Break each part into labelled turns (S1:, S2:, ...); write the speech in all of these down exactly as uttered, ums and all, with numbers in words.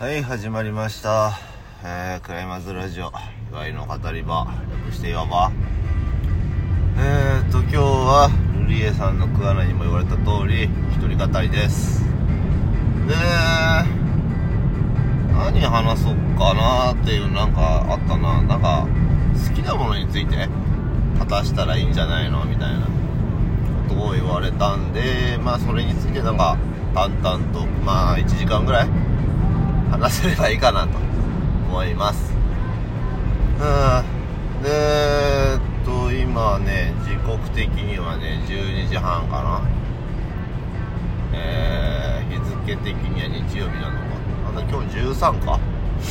S1: はい、始まりました。えー、クライマーズラジオ、岩井の語り場、略して岩場。えーと、今日は、ルリエさんの桑名にも言われた通り、一人語りです。で、何話そうかなっていう、なんかあったな。なんか、好きなものについて、話したらいいんじゃないのみたいなことを言われたんで、まあ、それについてなんか、淡々と、まあ、いちじかんぐらい話せればいいかなと思います。うん。で、えっと、今ね、時刻的にはね、じゅうにじはんかな。えー、日付的には日曜日なのか。なんだ、今日じゅうさんか。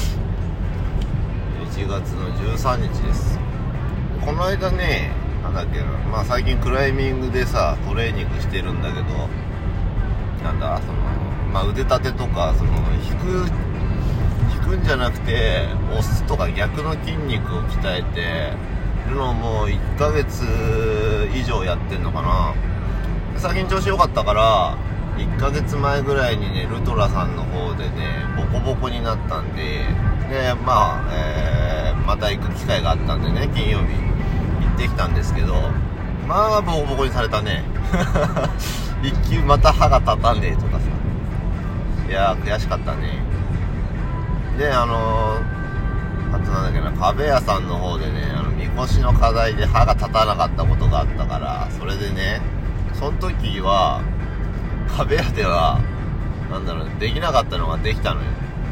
S1: いちがつのじゅうさんにちです。この間ね、なんだっけな、まあ最近クライミングでさ、トレーニングしてるんだけど、なんだ、その、まあ腕立てとか、その、引く、引くんじゃなくて押すとか逆の筋肉を鍛えてるのをもういっかげつ以上やってんのかな。最近調子良かったからいっかげつまえぐらいにね、ルトラさんの方でねボコボコになったんで、でまあ、えー、また行く機会があったんでね、金曜日行ってきたんですけど、まあボコボコにされたね一級また歯が立たねえとかさ、いやー悔しかったね。で、あのー、あとなんだっけな、壁屋さんの方でね、あの、みこしの課題で歯が立たなかったことがあったから、それでね、その時は、壁屋では、なんだろう、できなかったのができたのよ。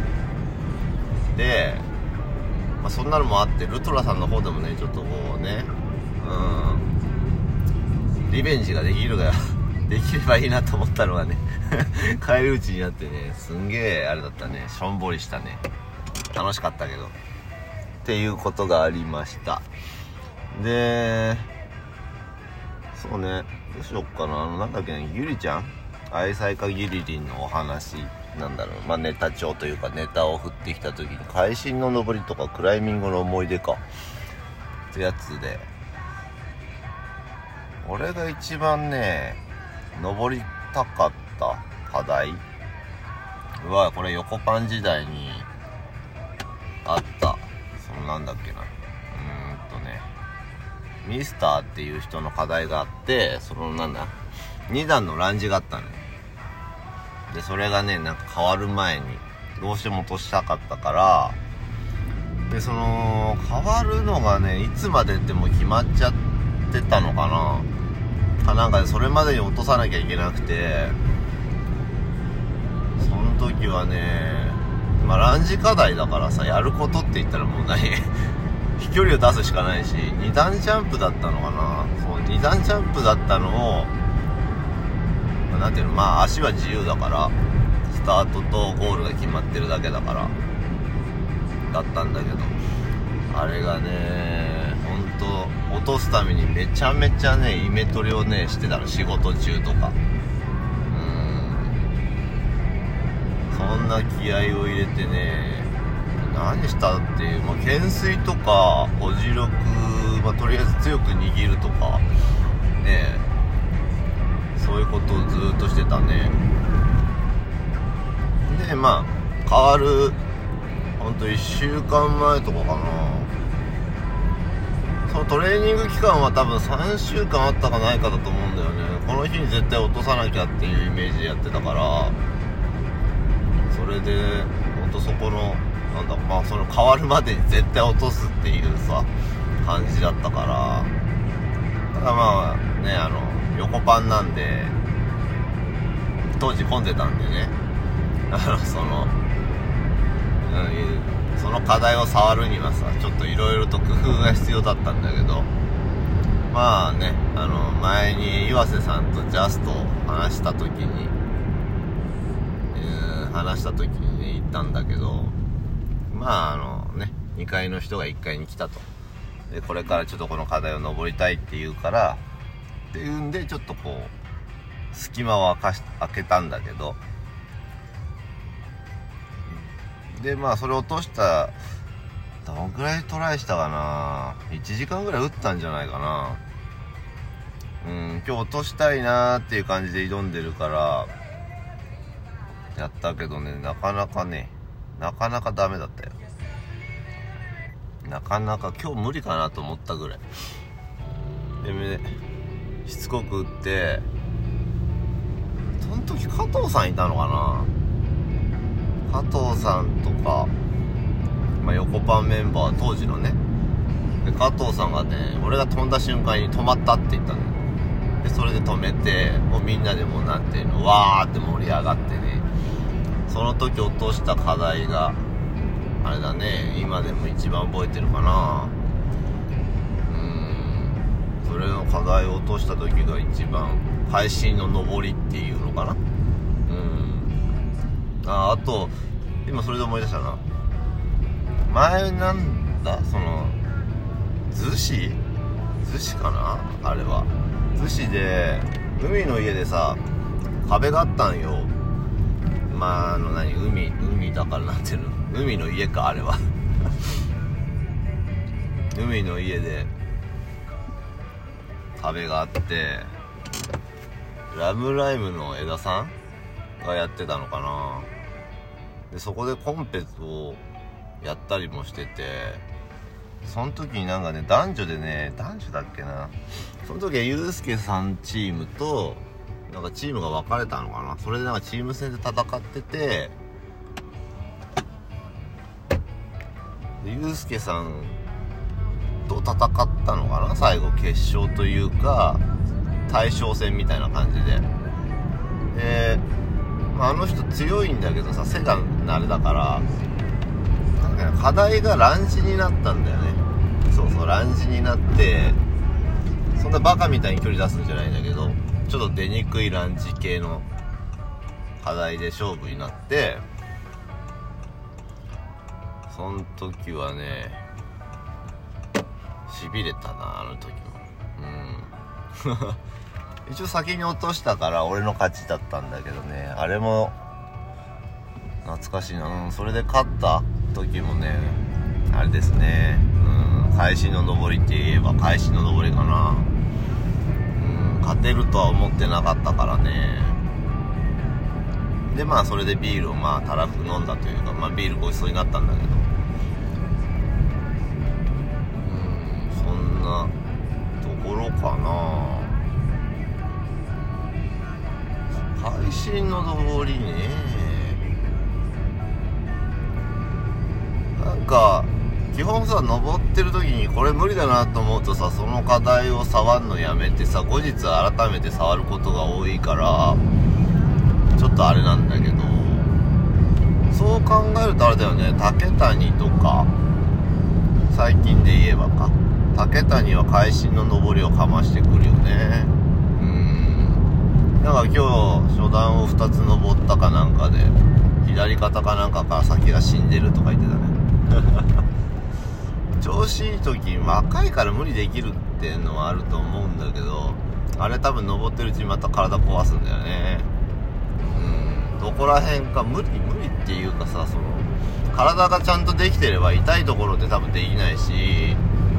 S1: で、まあ、そんなのもあって、ルトラさんの方でもね、ちょっとこうね、うん、リベンジができるが、できればいいなと思ったのがね帰り討ちになってね、すんげえあれだったね、しょんぼりしたね。楽しかったけどっていうことがありました。で、そうね、どうしよっかな、あのなんだっけね、ゆりちゃん愛妻家ギリリンのお話なんだろう、まあネタ帳というかネタを振ってきた時に、会心の登りとかクライミングの思い出かってやつで、俺が一番ね登りたかった課題は、これ横パン時代にあった、そのなんだっけな、うーんとねミスターっていう人の課題があって、そのなんだにだんのランジがあったのよ。でそれがね、なんか変わる前にどうしても落としたかったから、でその変わるのがね、いつまでっても決まっちゃってたのかな。なんかそれまでに落とさなきゃいけなくて、その時はね、まあランジ課題だからさ、やることって言ったらもう何飛距離を出すしかないし、にだんジャンプだったのかな。そうにだんジャンプだったのを、まあ、なんていうの、まあ足は自由だから、スタートとゴールが決まってるだけだからだったんだけど、あれがね、ほんと落とすためにめちゃめちゃねイメトレをねしてたの、仕事中とか。うーん、そんな気合を入れてね、何したっていう、まあ、懸垂とか保持力、まあ、とりあえず強く握るとかね、そういうことをずっとしてたね。でまあ変わるほんといっしゅうかんまえとかかな。そのトレーニング期間は多分さんしゅうかんあったかないかだと思うんだよね。この日に絶対落とさなきゃっていうイメージでやってたから、それでほんとそこのなんだ、まあその変わるまでに絶対落とすっていうさ感じだったから、ただまあね、あの横パンなんで当時混んでたんでね、あのその、うん、その課題を触るにはさ、ちょっといろいろと工夫が必要だったんだけど、まあね、あの前に岩瀬さんとジャストを話した時に、えー、話した時にね言ったんだけど、まああのね、にかいの人がいっかいに来たと。でこれからちょっとこの課題を登りたいって言うからっていうんで、ちょっとこう隙間を開かし開けたんだけど、でまあそれ落とした、どのくらいトライしたかな、いちじかんぐらい打ったんじゃないかな。うん、今日落としたいなーっていう感じで挑んでるからやったけどね、なかなかねなかなかダメだったよ。なかなか今日無理かなと思ったぐらいで、ね、しつこく打って、その時加藤さんいたのかな、加藤さんとか、まあ、横パンメンバー当時のね、で加藤さんがね、俺が飛んだ瞬間に止まったって言ったの。でそれで止めて、もうみんなでもうなんていうの、わーって盛り上がってね、その時落とした課題があれだね、今でも一番覚えてるかな。うーん、それの課題を落とした時が一番会心の上りっていうのかな。うん。あ、あと今それで思い出したな。前なんだ、その逗子逗子かな、あれは逗子で海の家でさ、壁があったんよ。まああの何、海海だからなんていうの、海の家かあれは海の家で壁があって、ラムライムの枝さんがやってたのかな。でそこでコンペをやったりもしてて、その時になんかね、男女でね、男女だっけな、その時はゆうすけさんチームとなんかチームが分かれたのかな。それでなんかチーム戦で戦ってて、でゆうすけさんと戦ったのかな、最後決勝というか大将戦みたいな感じで。で、まあ、あの人強いんだけどさ、背があれだからなんか、ね、課題がランジになったんだよね。そうそう、ランジになって、そんなバカみたいに距離出すんじゃないんだけど、ちょっと出にくいランジ系の課題で勝負になって、その時はね、しびれたな、あの時も。うん一応先に落としたから俺の勝ちだったんだけどね、あれも懐かしいな。うん、それで勝った時もね、あれですね、うん、会心の上りって言えば会心の上りかな。うん、勝てるとは思ってなかったからね。でまあそれでビールをまあたらふく飲んだというか、まあビールごちそうになったんだけど、うん、そんなところかな。会心の上りね、なんか基本さ、登ってる時にこれ無理だなと思うとさ、その課題を触るのやめてさ、後日改めて触ることが多いからちょっとあれなんだけど、そう考えるとあれだよね、竹谷とか最近で言えばか、竹谷は会心の上りをかましてくるよね。うん、なんか今日初段をふたつ登ったかなんかで、左肩かなんかから先が死んでるとか言ってたね調子いい時、若いから無理できるっていうのはあると思うんだけど、あれ多分登ってるうちにまた体壊すんだよね。うん、どこら辺か無理無理っていうかさ、その体がちゃんとできてれば痛いところって多分できないし、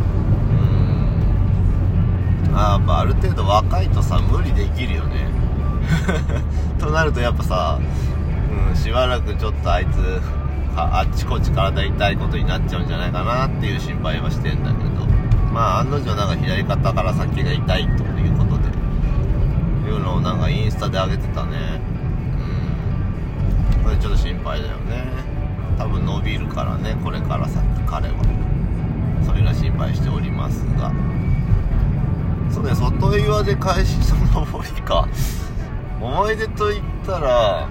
S1: うん、あやっぱある程度若いとさ無理できるよねとなるとやっぱさ、うん、しばらくちょっとあいつあっちこっち体痛いことになっちゃうんじゃないかなっていう心配はしてんだけど、まあ案の定なんか左肩から先が痛いということでいうのをなんかインスタで上げてたね。うん、これちょっと心配だよね。多分伸びるからね、これから先彼は。そういうのは心配しておりますが、そうね、外岩で開始その登りか。思い出といったら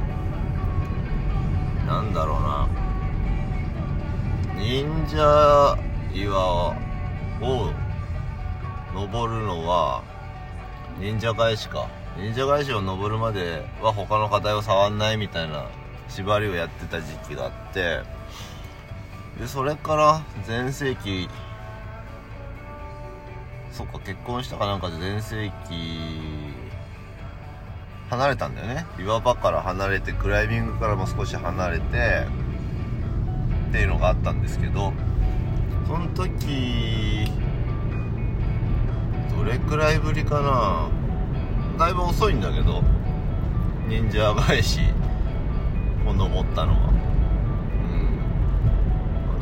S1: なんだろうな、忍者岩を登るのは忍者返しか。忍者返しを登るまでは他の課題を触んないみたいな縛りをやってた時期があって、でそれから全盛期、そっか結婚したかなんかで全盛期離れたんだよね。岩場から離れて、クライミングからも少し離れてっていうのがあったんですけど、その時どれくらいぶりかな、だいぶ遅いんだけど忍者返しを登ったのは、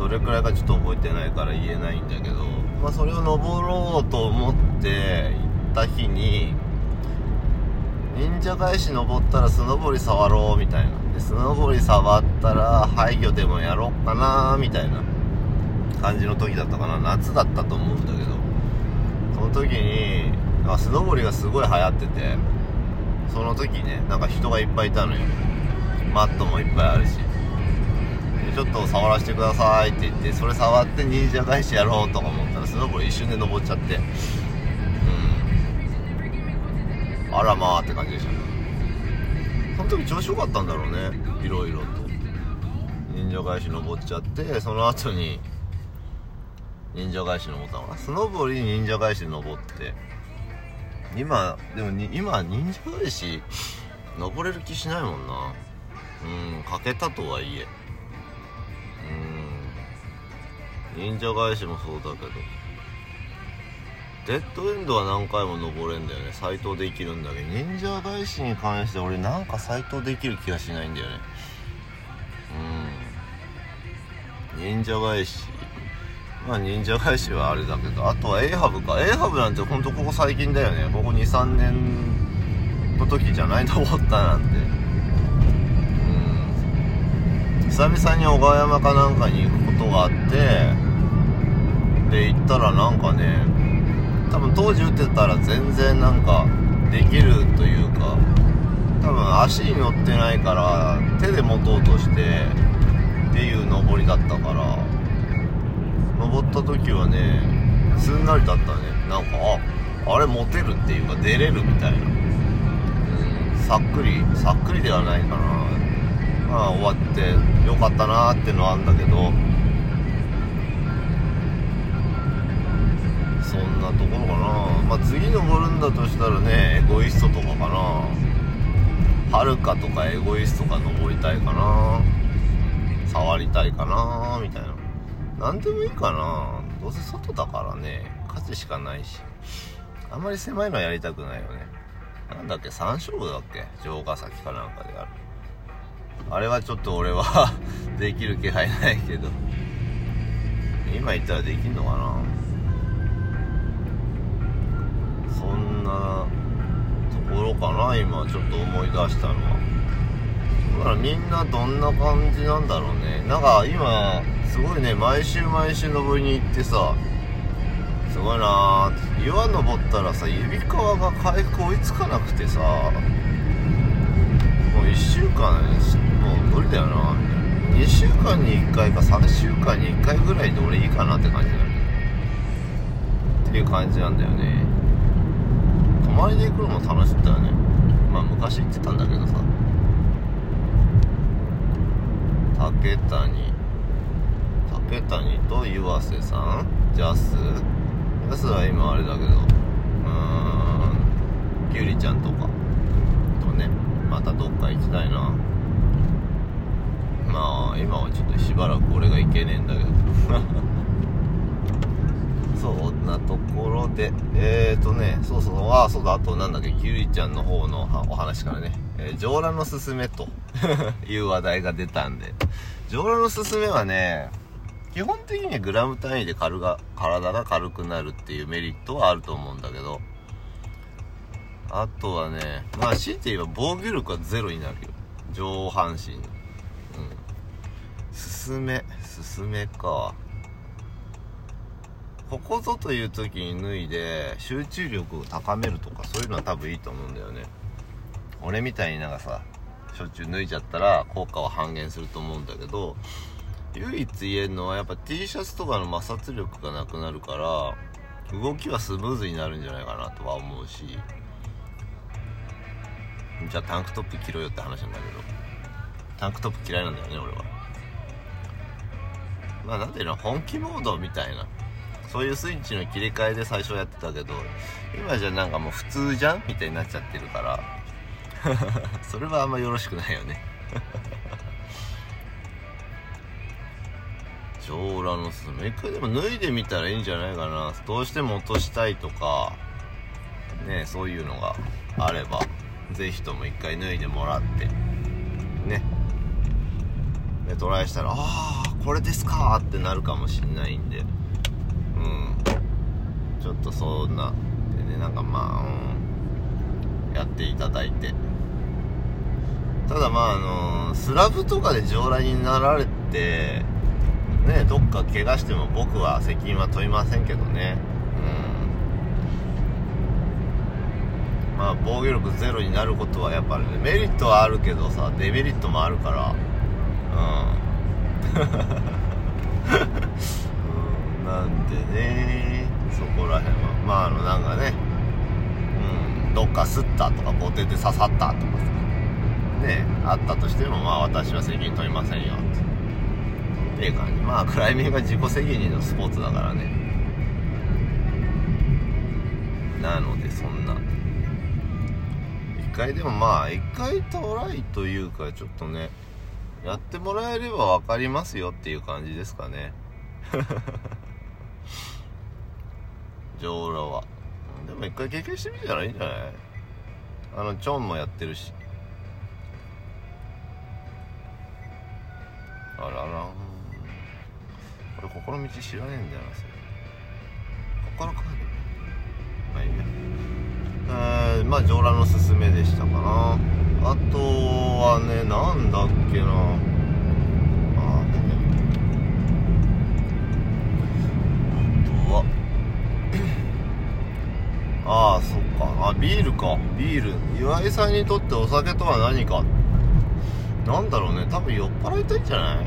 S1: どれくらいかちょっと覚えてないから言えないんだけど、まあそれを登ろうと思って行った日に、忍者返し登ったらスノボリ触ろうみたいな。でスノボリ触ったら廃魚でもやろうかなみたいな感じの時だったかな。夏だったと思うんだけど、その時にあスノボリがすごい流行ってて、その時ねなんか人がいっぱいいたのよ。マットもいっぱいあるし、でちょっと触らせてくださいって言って、それ触って忍者返しやろうとか思ったらスノボリ一瞬で登っちゃって、うん、あらまーって感じでしたね。その時調子良かったんだろうね、いろいろと。忍者返し登っちゃって、その後に忍者返し登ったのかな。スノボリ忍者返し登って、今でもに今忍者返し登れる気しないもんな。うん、かけたとはいえ、うん、忍者返しもそうだけど、デッドエンドは何回も登れんだよね。再登できるんだけど、忍者返しに関して俺なんか再登できる気がしないんだよね。うん、忍者返し、まあ忍者返しはあれだけど、あとは A ハブか。 A ハブなんてほんとここ最近だよね。ここ にさんねんの時じゃない登ったなんて。久々に小川山かなんかに行くことがあって、で行ったらなんかね、多分当時打ってたら全然なんかできるというか、多分足に乗ってないから手で持とうとしてっていう登りだったから、登った時はねすんなりだったね。なんかああれ持てるっていうか出れるみたいな、うん、さっくりさっくりではないかな。まあ終わってよかったなーってのはあるんだけど、そんなところかな。まあ次登るんだとしたらね、エゴイストとかかな。はるかとかエゴイストとか登りたいかな、触りたいかなみたいな。なんでもいいかな、どうせ外だからね、価値しかないし、あんまり狭いのはやりたくないよね。なんだっけ、山椒部だっけ、城ヶ崎かなんかである。あれはちょっと俺はできる気配ないけど、今言ったらできんのかな。そんなところかな、今ちょっと思い出したのは。だからみんなどんな感じなんだろうね。なんか今すごいね、毎週毎週登りに行ってさ、すごいなーって。岩登ったらさ、指皮が回復追いつかなくてさ、もういっしゅうかんもう無理だよなみたいな。にしゅうかんにいっかいかさんしゅうかんにいっかいぐらいで俺いいかなって感じになるっていう感じなんだよね。泊まりで行くのも楽しかったよね。まあ昔行ってたんだけどさ、竹谷竹谷と岩瀬さん、ジャスジャスは今あれだけど、うーん、きゅうりちゃんとかとね、またどっか行きたいな。まあ今はちょっとしばらく俺が行けねえんだけどそんなところで、えーとね、そうそう、あ、そうだ、あとなんだっけ、きゅうりちゃんの方のお話からね、えー、上裸のすすめという話題が出たんで、上裸のすすめはね、基本的にはグラム単位で軽が体が軽くなるっていうメリットはあると思うんだけど、あとはね、まあ強いて言えば防御力はゼロになるよ、上半身。うん、すすめすすめか、ここぞという時に脱いで集中力を高めるとか、そういうのは多分いいと思うんだよね。俺みたいになんかさ、しょっちゅう脱いじゃったら効果は半減すると思うんだけど、唯一言えるのはやっぱ T シャツとかの摩擦力がなくなるから動きはスムーズになるんじゃないかなとは思うし、じゃあタンクトップ着ろよって話なんだけど、タンクトップ嫌いなんだよね俺は。まあなんていうの、本気モードみたいな、そういうスイッチの切り替えで最初やってたけど、今じゃなんかもう普通じゃんみたいになっちゃってるからそれはあんまよろしくないよね上裸のすすめ、一回でも脱いでみたらいいんじゃないかな。どうしても落としたいとかね、そういうのがあればぜひとも一回脱いでもらってね、でトライしたら、ああこれですかってなるかもしんないんで、うんちょっとそんなでね、なんかまあ、うん、やっていただいて、ただまああのスラブとかで上来になられてね、どっか怪我しても僕は責任は問いませんけどね。うんまあ防御力ゼロになることはやっぱりね、メリットはあるけどさ、デメリットもあるからうん、うん、なんでね、そこら辺はまああのなんかね、うん、どっかすったとかボテで刺さったとかさね、あったとしてもまあ私は責任取りませんよっていう感じ。まあクライミングが自己責任のスポーツだからね。なのでそんな一回でもまあ一回トライというか、ちょっとねやってもらえれば分かりますよっていう感じですかね上羅はでも一回経験してみたらいいんじゃない？あのチョンもやってるし。あらら、俺ここの道知らねえんだよな。それここから帰る。まあいいや。えー、まあ上羅のすすめでしたかな。あとはね、なんだっけな、あねあとはああそっか、あビールか。ビール、岩井さんにとってお酒とは何か。なんだろうね、多分酔っ払いたいんじゃない？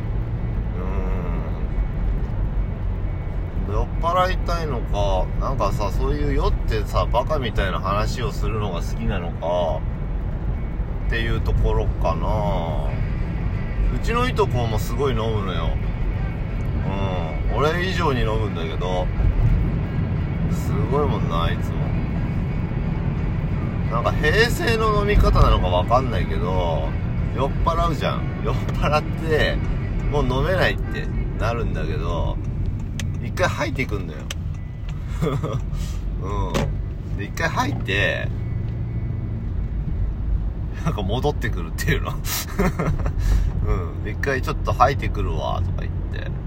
S1: うーん酔っ払いたいのか、なんかさ、そういう酔ってさバカみたいな話をするのが好きなのかっていうところかな。うちのいとこもすごい飲むのよ。うん俺以上に飲むんだけど、すごいもんなあいつも。なんか平成の飲み方なのかわかんないけど、酔っ払うじゃん。酔っ払ってもう飲めないってなるんだけど、一回吐いていくんだようんで一回吐いてなんか戻ってくるっていうのうんで一回ちょっと吐いてくるわとか言って、で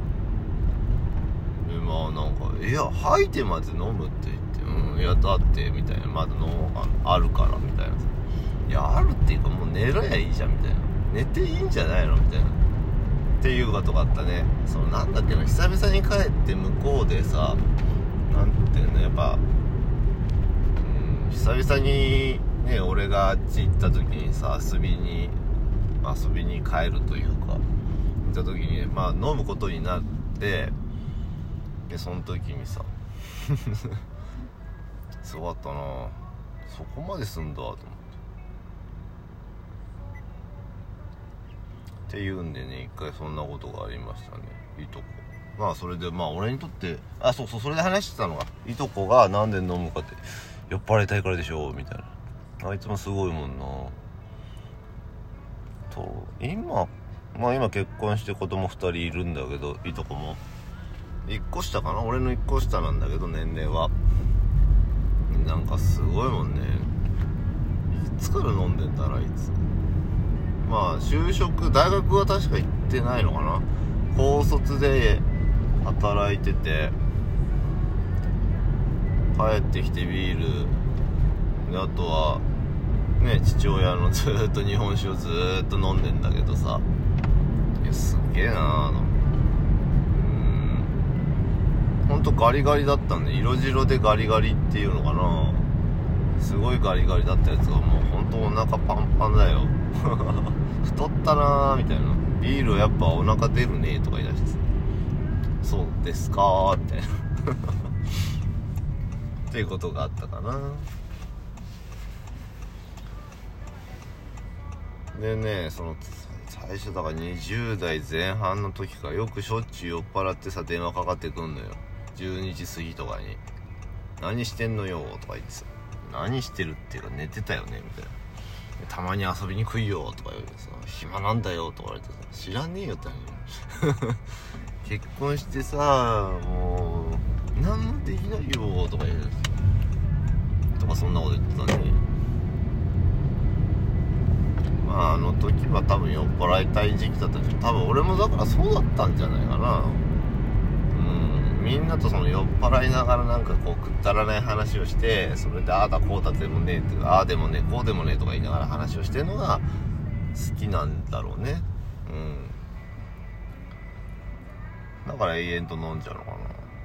S1: まあなんかいや吐いてまで飲むって言って、うんいやだってみたいな、まだ飲むあるからみたいな、いやあるっていうかもう寝ろやいいじゃんみたいな、寝ていいんじゃないのみたいなっていうことがあったね。そのなんだっけな、久々に帰って向こうでさ、なんていうのやっぱ、うん、久々にね俺があっち行った時にさ、遊びに遊びに帰るというか行った時に、まあ飲むことになって、でその時にさすごかったな、そこまですんだと思ってっていうんでね、一回そんなことがありましたね、いとこ。まあそれでまあ俺にとって、あそうそうそれで話してたのが、いとこがなんで飲むかって、酔っ払いたいからでしょみたいな。あいつもすごいもんなと。今まあ今結婚して子供ふたりいるんだけど、いとこもいっこ下かな、俺のいっこ下なんだけど年齢は。なんかすごいもんね、いつから飲んでんだろあいつ。まあ就職、大学は確か行ってないのかな、高卒で働いてて、帰ってきてビールで、あとはね父親のずーっと日本酒をずーっと飲んでんだけどさ、いやすげえなーの、うんほんとガリガリだったんで、色白でガリガリっていうのかな、すごいガリガリだったやつがもうほんとお腹パンパンだよ太ったなーみたいな、ビールやっぱお腹出るねとか言い出してさ、そうですかーみたいなっていうことがあったかな。でね、その最初だからにじゅう代前半の時からよくしょっちゅう酔っ払ってさ電話かかってくんのよ、じゅうにじ過ぎとかに。何してんのよとか言ってさ、何してるっていうか寝てたよねみたいな、たまに遊びに来いよとか言われてさ、暇なんだよとか言われてさ、知らねえよって結婚してさもう何もできないよとか言うとか、そんなこと言ってたね。ままああの時は多分酔っ払いたい時期だったし、多分俺もだからそうだったんじゃないかな。うん、みんなとその酔っ払いながらなんかこうくったらない話をして、それでああだこうだでもねえってああでもねえこうでもねえとか言いながら話をしてるのが好きなんだろうね。うんだから永遠と飲んじゃうのかな。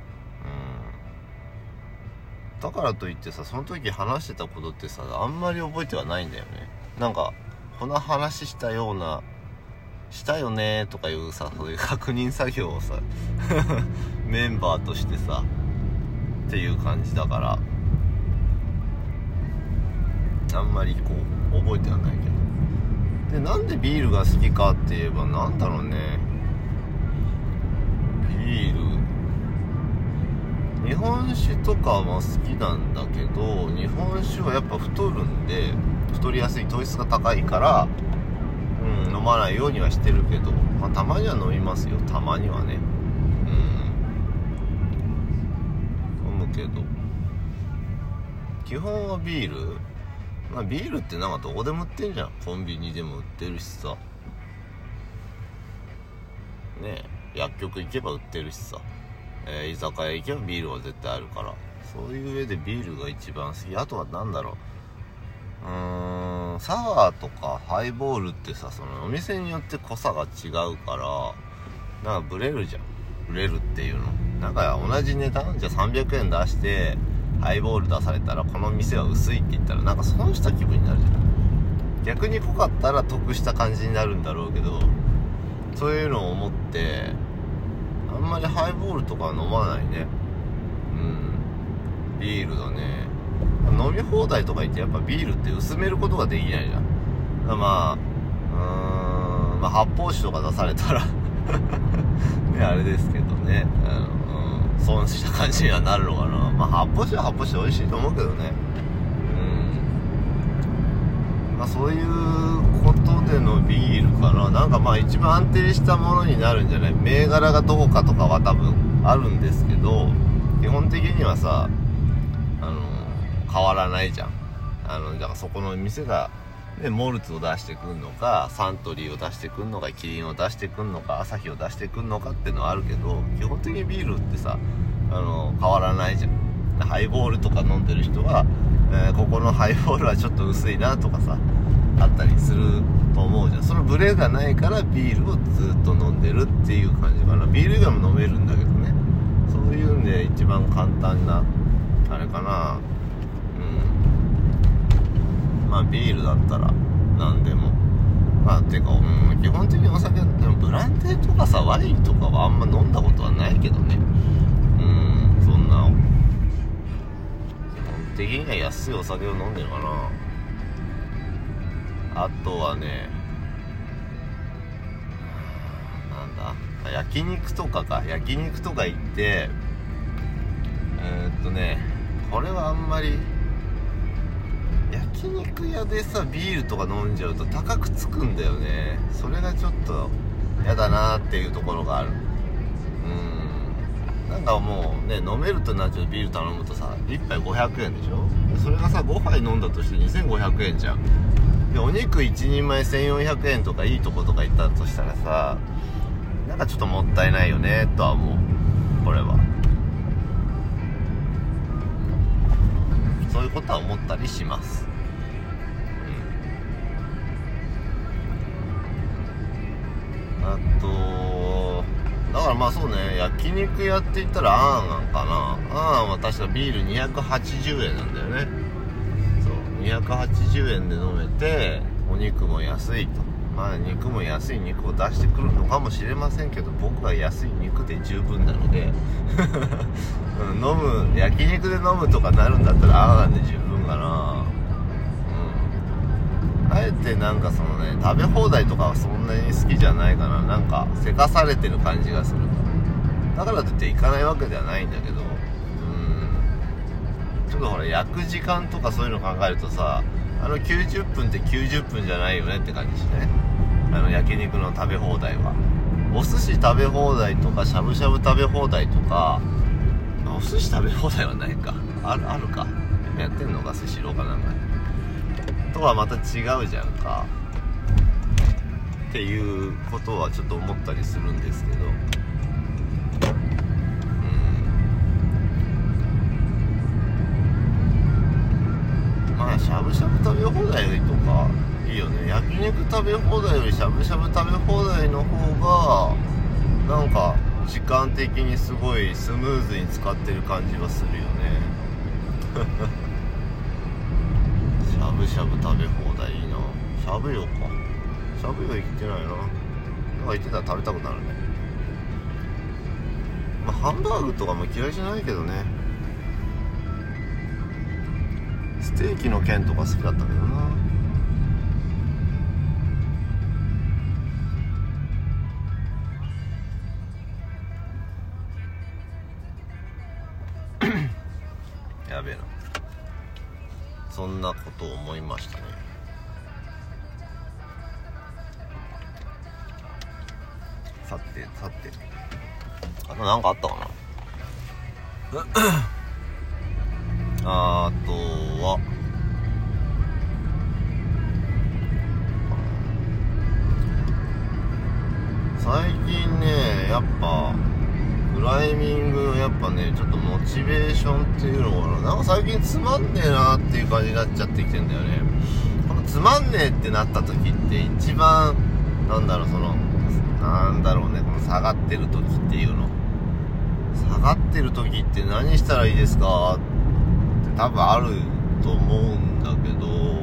S1: うんだからといってさ、その時話してたことってさあんまり覚えてはないんだよね。なんかこの話したようなしたよねとかいうさ、そういう確認作業をさメンバーとしてさっていう感じだから、あんまりこう覚えてはないけど。でなんでビールが好きかって言えばなんだろうね。ビール日本酒とかも好きなんだけど、日本酒はやっぱ太るんで、太りやすい、糖質が高いから、うん、飲まないようにはしてるけど、まあ、たまには飲みますよ。たまにはね、うん、飲むけど基本はビール。まあビールってなんかどこでも売ってんじゃん。コンビニでも売ってるしさねえ、薬局行けば売ってるしさ、えー、居酒屋行けばビールは絶対あるから、そういう上でビールが一番好き。あとはなんだろう、うーんサワーとかハイボールってさ、そのお店によって濃さが違うからなんかブレるじゃん。ブレるっていうのなんか同じ値段じゃさんびゃくえん出してハイボール出されたらこの店は薄いって言ったらなんか損した気分になるじゃん。逆に濃かったら得した感じになるんだろうけど、そういうのを思ってあんまりハイボールとかは飲まないね。うんビールだね。飲み放題とか言ってやっぱビールって薄めることができないじゃん。だまあうーんまあ発泡酒とか出されたらねあれですけどね、うん、損した感じにはなるのかな。まあ発泡酒は発泡酒美味しいと思うけどね。うんまあそういうことでのビールかな。なんかまあ一番安定したものになるんじゃない。銘柄がどうかとかは多分あるんですけど、基本的にはさあの変わらないじゃん。あのだからそこの店が、ね、モルツを出してくんのかサントリーを出してくんのかキリンを出してくんのかアサヒを出してくんのかっていうのはあるけど、基本的にビールってさあの変わらないじゃん。ハイボールとか飲んでる人は、えー、ここのハイボールはちょっと薄いなとかさあったりすると思うじゃん。そのブレがないからビールをずっと飲んでるっていう感じかな。ビール以外も飲めるんだけどね。そういうんで一番簡単なあれかな。うんまあビールだったら何でもまあてか、うん、基本的にお酒でもブランデーとかさワインとかはあんま飲んだことはないけどね。うんそんな基本的には安いお酒を飲んでるかな。あとはねなんだ焼肉とかか焼肉とか行ってえー、っとねこれはあんまり焼肉屋でさビールとか飲んじゃうと高くつくんだよね。それがちょっとやだなっていうところがある。うんなんかもうね飲めるとなっちゃう。ビール頼むとさいっぱいごひゃくえんでしょ。それがさごはい飲んだとしてにせんごひゃくえんじゃん。でお肉いちにんまえせんよんひゃくえんとかいいとことか行ったとしたらさなんかちょっともったいないよねとは思う。これはそういうことは思ったりします。うん、あとだからまあそうね焼肉屋って言ったらあーんかな。あーんは確かビールにひゃくはちじゅうえんなんだよね。そうにひゃくはちじゅうえんで飲めてお肉も安いと。まあ肉も安い肉を出してくるのかもしれませんけど僕は安い肉で十分なので、うん、飲む焼肉で飲むとかなるんだったらあーんで十分かな。うんあえてなんかそのね食べ放題とかはそんなに好きじゃないかな。なんかせかされてる感じがする。だからといって行かないわけではないんだけど、うんちょっとほら焼く時間とかそういうの考えるとさあのきゅうじゅっぷんってきゅうじゅっぷんじゃないよねって感じしね。あの焼肉の食べ放題はお寿司食べ放題とかしゃぶしゃぶ食べ放題とかお寿司食べ放題はないかある、あるかやってんのかスシローかなんかとはまた違うじゃんか。 っていうことはちょっと思ったりするんですけど、うん、まあしゃぶしゃぶ食べ放題とかいいよね。焼肉食べ放題よりしゃぶしゃぶ食べ放題の方がなんか時間的にすごいスムーズに使ってる感じはするよねしゃぶしゃぶ食べ放題いいな。しゃぶよか。しゃぶよ行ってないな。なんか行ってたら食べたくなるね。まあハンバーグとかも嫌いじゃないけどね。ステーキの件とか好きだったけどな。やべえな。そんなことを思いましたね。さてさて、あとなんかあったかなあとは最近ね、やっぱクライミングやっぱね、ちょっとモチベーションっていうのかな、なんか最近つまんねえなっていう感じになっちゃってきてんだよね。このつまんねえってなった時って一番なんだろう、そのなんだろうね、この下がってる時っていうの、下がってる時って何したらいいですかって多分あると思うんだけど、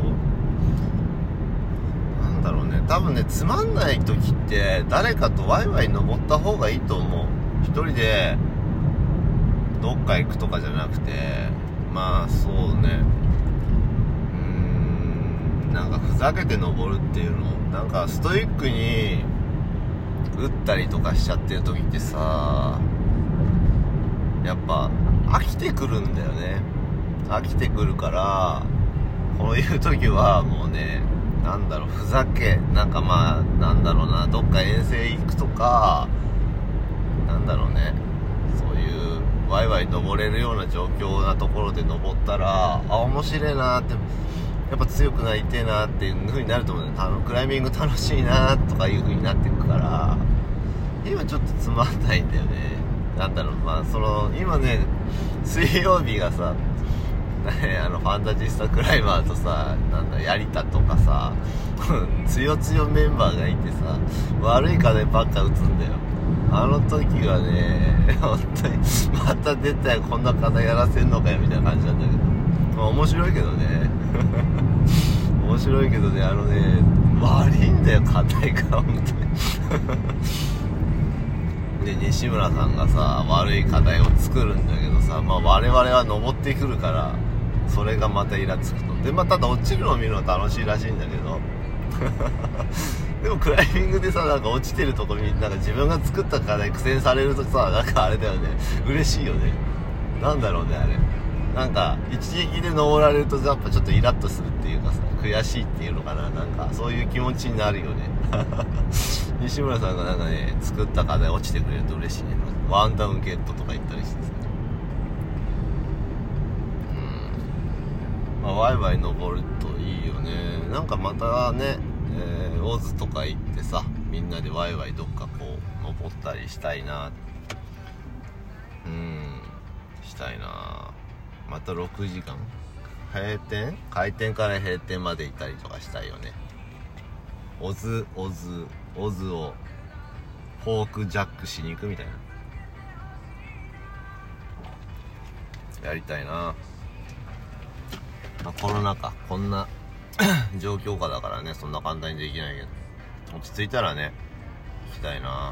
S1: なんだろうね、多分ね、つまんない時って誰かとワイワイ登った方がいいと思う。一人でどっか行くとかじゃなくて、まあそうね、うーん、なんかふざけて登るっていうの、なんかストイックに打ったりとかしちゃってる時ってさ、やっぱ飽きてくるんだよね。飽きてくるから、こういう時はもうね、なんだろう、ふざけ、なんかまあなんだろうな、どっか遠征行くとか、なんだろうね、そういうワイワイ登れるような状況なところで登ったら、あ、面白いなって、やっぱ強くなりてえなっていう風になると思うね。あのクライミング楽しいなとかいう風になっていくから、今ちょっとつまんないんだよね。なんだろう、まあその今ね、水曜日がさ、ね、あのファンタジスタクライマーとさ、なんだ槍田とかさ強強メンバーがいてさ、悪い金ばっか打つんだよ。あの時はね、本当にまた出たよ、こんな方やらせんのかよみたいな感じなんだけど、まあ面白いけどね面白いけどね、あのね、悪いんだよ、硬いから本当にで、西村さんがさ、悪い課題を作るんだけどさ、まあ我々は登ってくるから、それがまたイラつくと。で、まあただ落ちるのを見るの楽しいらしいんだけどでもクライミングでさ、なんか落ちてるとこになんか自分が作った課題苦戦されるとさ、なんかあれだよね、嬉しいよね。なんだろうね、あれ、なんか一撃で登られるとやっぱちょっとイラッとするっていうかさ、悔しいっていうのかな、なんかそういう気持ちになるよね西村さんがなんかね、作った課題落ちてくれると嬉しいね。ワンダウンゲットとか言ったりしてさ、うん、まあワイワイ登るといいよね。なんかまたね、えー、オズとか行ってさ、みんなでワイワイどっかこう登ったりしたいな、うん、したいな。またろくじかん閉店開店から閉店までいたりとかしたいよね。オズオズオズをフォークジャックしに行くみたいな、やりたいな。まあ、コロナ禍こんな状況下だからね、そんな簡単にできないけど、落ち着いたらね、行きたいな。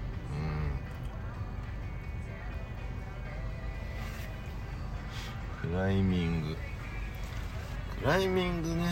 S1: うん、クライミングクライミングね、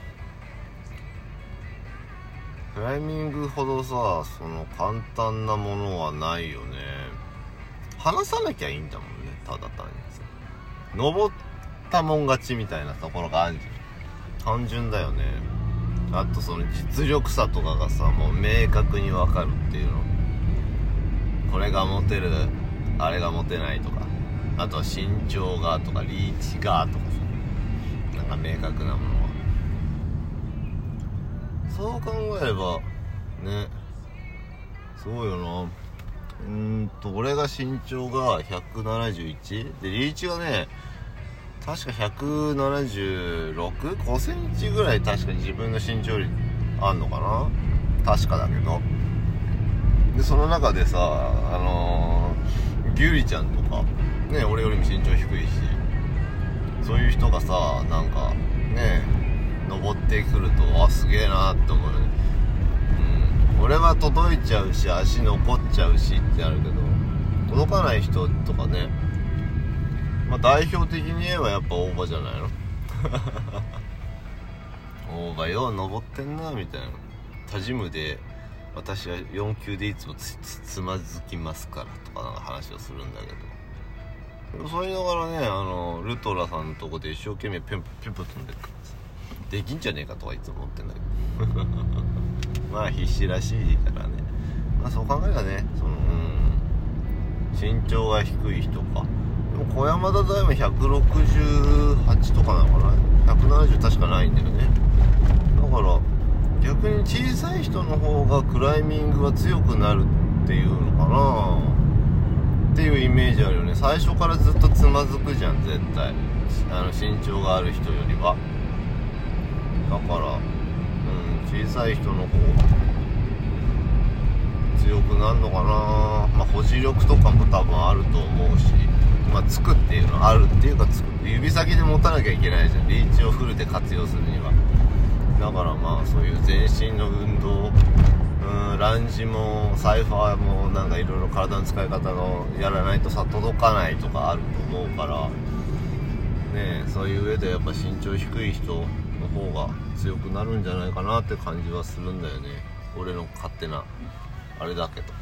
S1: クライミングほどさ、その簡単なものはないよね。話さなきゃいいんだもんね、ただ単にさ。登ったもん勝ちみたいなところがあるじゃん。単純だよね。あとその実力差とかがさ、もう明確にわかるっていうの。これが持てる、あれが持てないとか、あとは身長がとかリーチがとかさ、なんか明確なものは。そう考えればね。そうよな。うーんと俺が身長がひゃくななじゅういちで、リーチがね確かひゃくななじゅうろく、ごセンチぐらい確かに自分の身長よりあんのかな、確かだけど。でその中でさ、あのー、ギュリちゃんとかね、俺よりも身長低いし、そういう人がさ、なんかね登ってくると、あ、すげえなって思うよね。うん、俺は届いちゃうし足残っちゃうしってあるけど、届かない人とかね、まあ代表的に言えばやっぱ大場じゃないの大場よう登ってんなみたいな。他ジムで私はよん級でいつも つ, つ, つまずきますからとかなんか話をするんだけど、そう言いながらね、あのルトラさんのとこで一生懸命ピュンピュンピュン飛んでるからさ、できんじゃねえかとかいつも思ってんだけどまあ必死らしいからね。まあそう考えたらね、その、うん、身長が低い人か。でも小山田大もひゃくろくじゅうはちとかなのかな、ひゃくななじゅう確かないんだよね。だから逆に小さい人の方がクライミングは強くなるっていうのかなっていうイメージあるよね。最初からずっとつまずくじゃん絶対、あの身長がある人よりは。だから、うん、小さい人の方が強くなるのかな。まあ保持力とかも多分あると思うし、まあつくっていうのあるっていうか、つく指先で持たなきゃいけないじゃん、リーチをフルで活用するには。だからまあそういう全身の運動、うん、ランジもサイファーもなんかいろいろ体の使い方のやらないとさ届かないとかあると思うからね、そういう上でやっぱ身長低い人の方が強くなるんじゃないかなって感じはするんだよね、俺の勝手なあれだけど。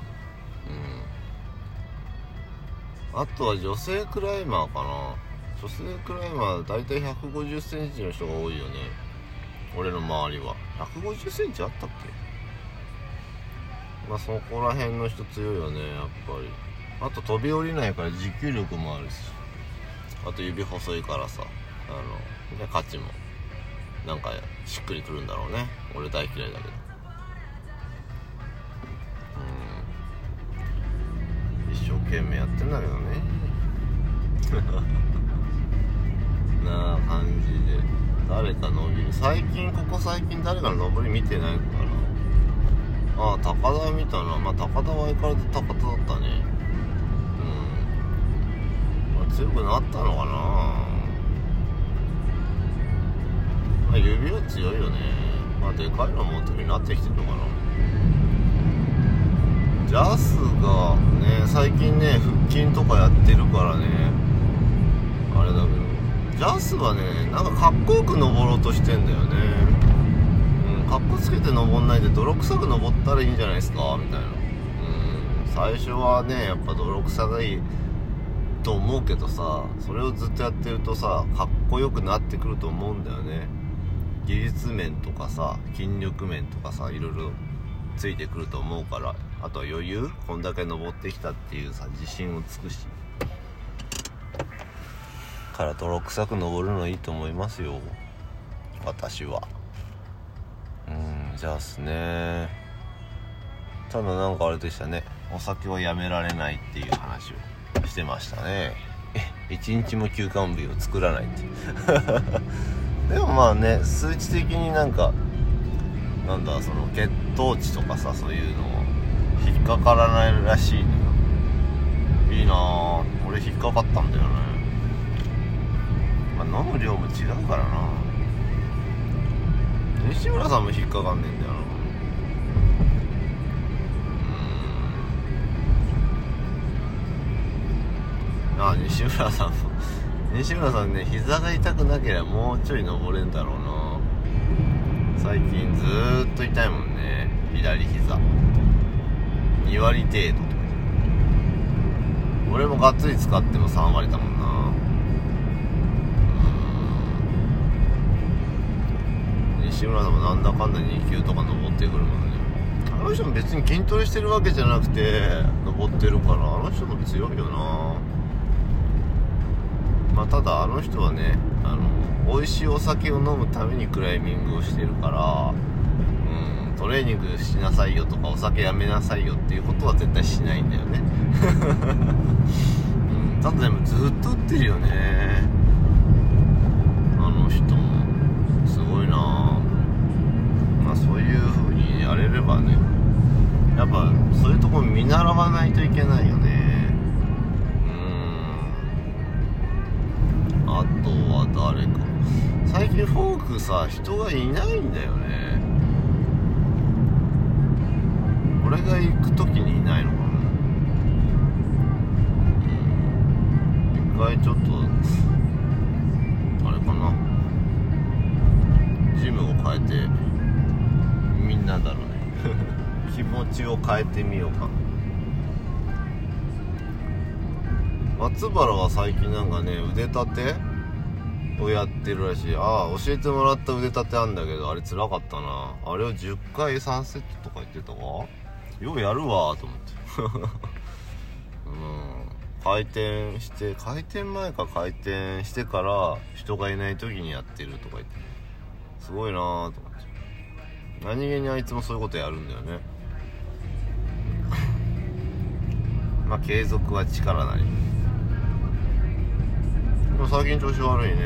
S1: うん、あとは女性クライマーかな。女性クライマーだいたいひゃくごじゅっセンチの人が多いよね、俺の周りは。ひゃくごじゅっセンチあったっけ。まあそこら辺の人強いよねやっぱり。あと飛び降りないから持久力もあるし、あと指細いからさ、あの価値もなんかしっくりくるんだろうね。俺大嫌いだけど、うん、一生懸命やってんだけどねなあ感じで。誰か伸びる、最近ここ最近誰かの登り見てないから。ああ高田見たな。まあ高田は相変わらず高田だったね。うん、まあ、強くなったのかな。まあ指は強いよね。まあでかいの持ってるようになってきてるのかな。ジャスがね最近ね腹筋とかやってるからねあれだけど、ジャスはねなんかかっこよく登ろうとしてんだよね。うん、かっこつけて登んないで泥臭く登ったらいいんじゃないですかみたいな。うん、最初はねやっぱ泥臭がいいと思うけどさ、それをずっとやってるとさかっこよくなってくると思うんだよね。技術面とかさ筋力面とかさいろいろついてくると思うから、あとは余裕、こんだけ登ってきたっていうさ自信をつくしから泥臭く登るのいいと思いますよ私は。うん、じゃあっすね。ただなんかあれでしたね、お酒はやめられないっていう話をしてましたね。え一日も休館日を作らないってでもまあね数値的になんかなんだその血糖値とかさそういうの引っかからないらしいのよ。いいなぁ、俺引っかかったんだよね。まあ、飲む量も違うからな。西村さんも引っかかんねえんだよな。うーん、ああ西村さんも西村さんね膝が痛くなければもうちょい登れんだろうな。最近ずーっと痛いもんね左膝に割程度とか。俺もがっつり使ってもさん割だもんな。うん、西村さんもなんだかんだに級とか登ってくるもんね。あの人も別に筋トレしてるわけじゃなくて登ってるから、あの人も強いよな。まあただあの人はねあの美味しいお酒を飲むためにクライミングをしてるから、うん、 トレーニングしなさいよとかお酒やめなさいよっていうことは絶対しないんだよね、うん、ただでもずっと打ってるよね、あの人もすごいな。まあそういう風にやれればね、やっぱそういうところ見習わないといけないよね。あとは誰か、最近フォークさ人がいないんだよね。俺が行く時にいないのかな。一回ちょっとあれかな、ジムを変えてみんなだろうね気持ちを変えてみようかな。松原は最近なんかね腕立てをやってるらしい。ああ教えてもらった腕立てあんだけど、あれ辛かったな。あれをじゅっかいさんセットとか言ってたわ。ようやるわと思ってうん回転して開店前か開店してから人がいない時にやってるとか言ってすごいなと思って、何気にあいつもそういうことやるんだよねまあ継続は力なり。でも最近調子悪いね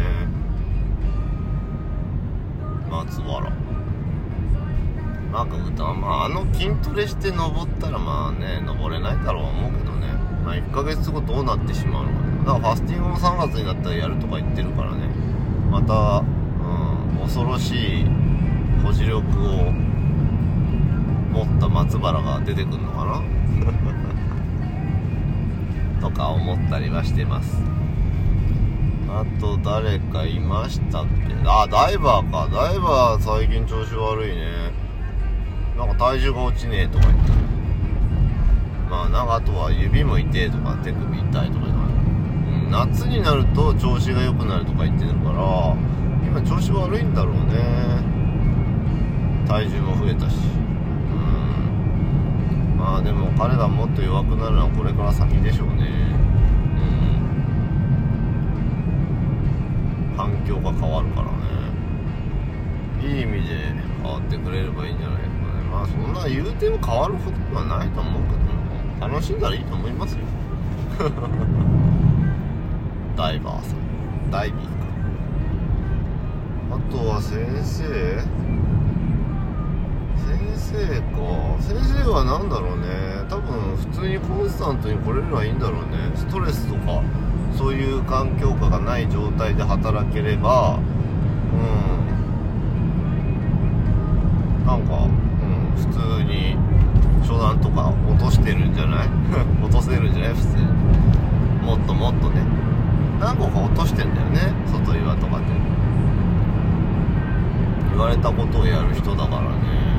S1: 松原。なんか歌、まああの筋トレして登ったらまあね登れないだろう思うけどね、まあいっかげつごどうなってしまうのかな。だからファスティングもさんがつになったらやるとか言ってるからね、また、うん、恐ろしい保持力を持った松原が出てくるのかなとか思ったりはしてます。あと誰かいましたっけ。あ、ダイバーか。ダイバー最近調子悪いね。なんか体重が落ちねえとか言ってる。まあなんかあとは指も痛えとか手首痛いとか言って、うん、夏になると調子が良くなるとか言ってるから今調子悪いんだろうね。体重も増えたし、うん、まあでも彼がもっと弱くなるのはこれから先でしょうね。環境が変わるからね。いい意味で変わってくれればいいんじゃないですかね。まあそんな言うても変わることではないと思うけども、楽しんだらいいと思いますよダイバーさん、ダイビーか。あとは先生先生か。先生はなんだろうね、多分普通にコンスタントに来れればいいんだろうね。ストレスとかそういう環境下がない状態で働ければ、うん、なんか、うん、普通に初段とか落としてるんじゃない落とせるんじゃない普通に。もっともっとね、何個か落としてんだよね、外岩とかで言われたことをやる人だからね。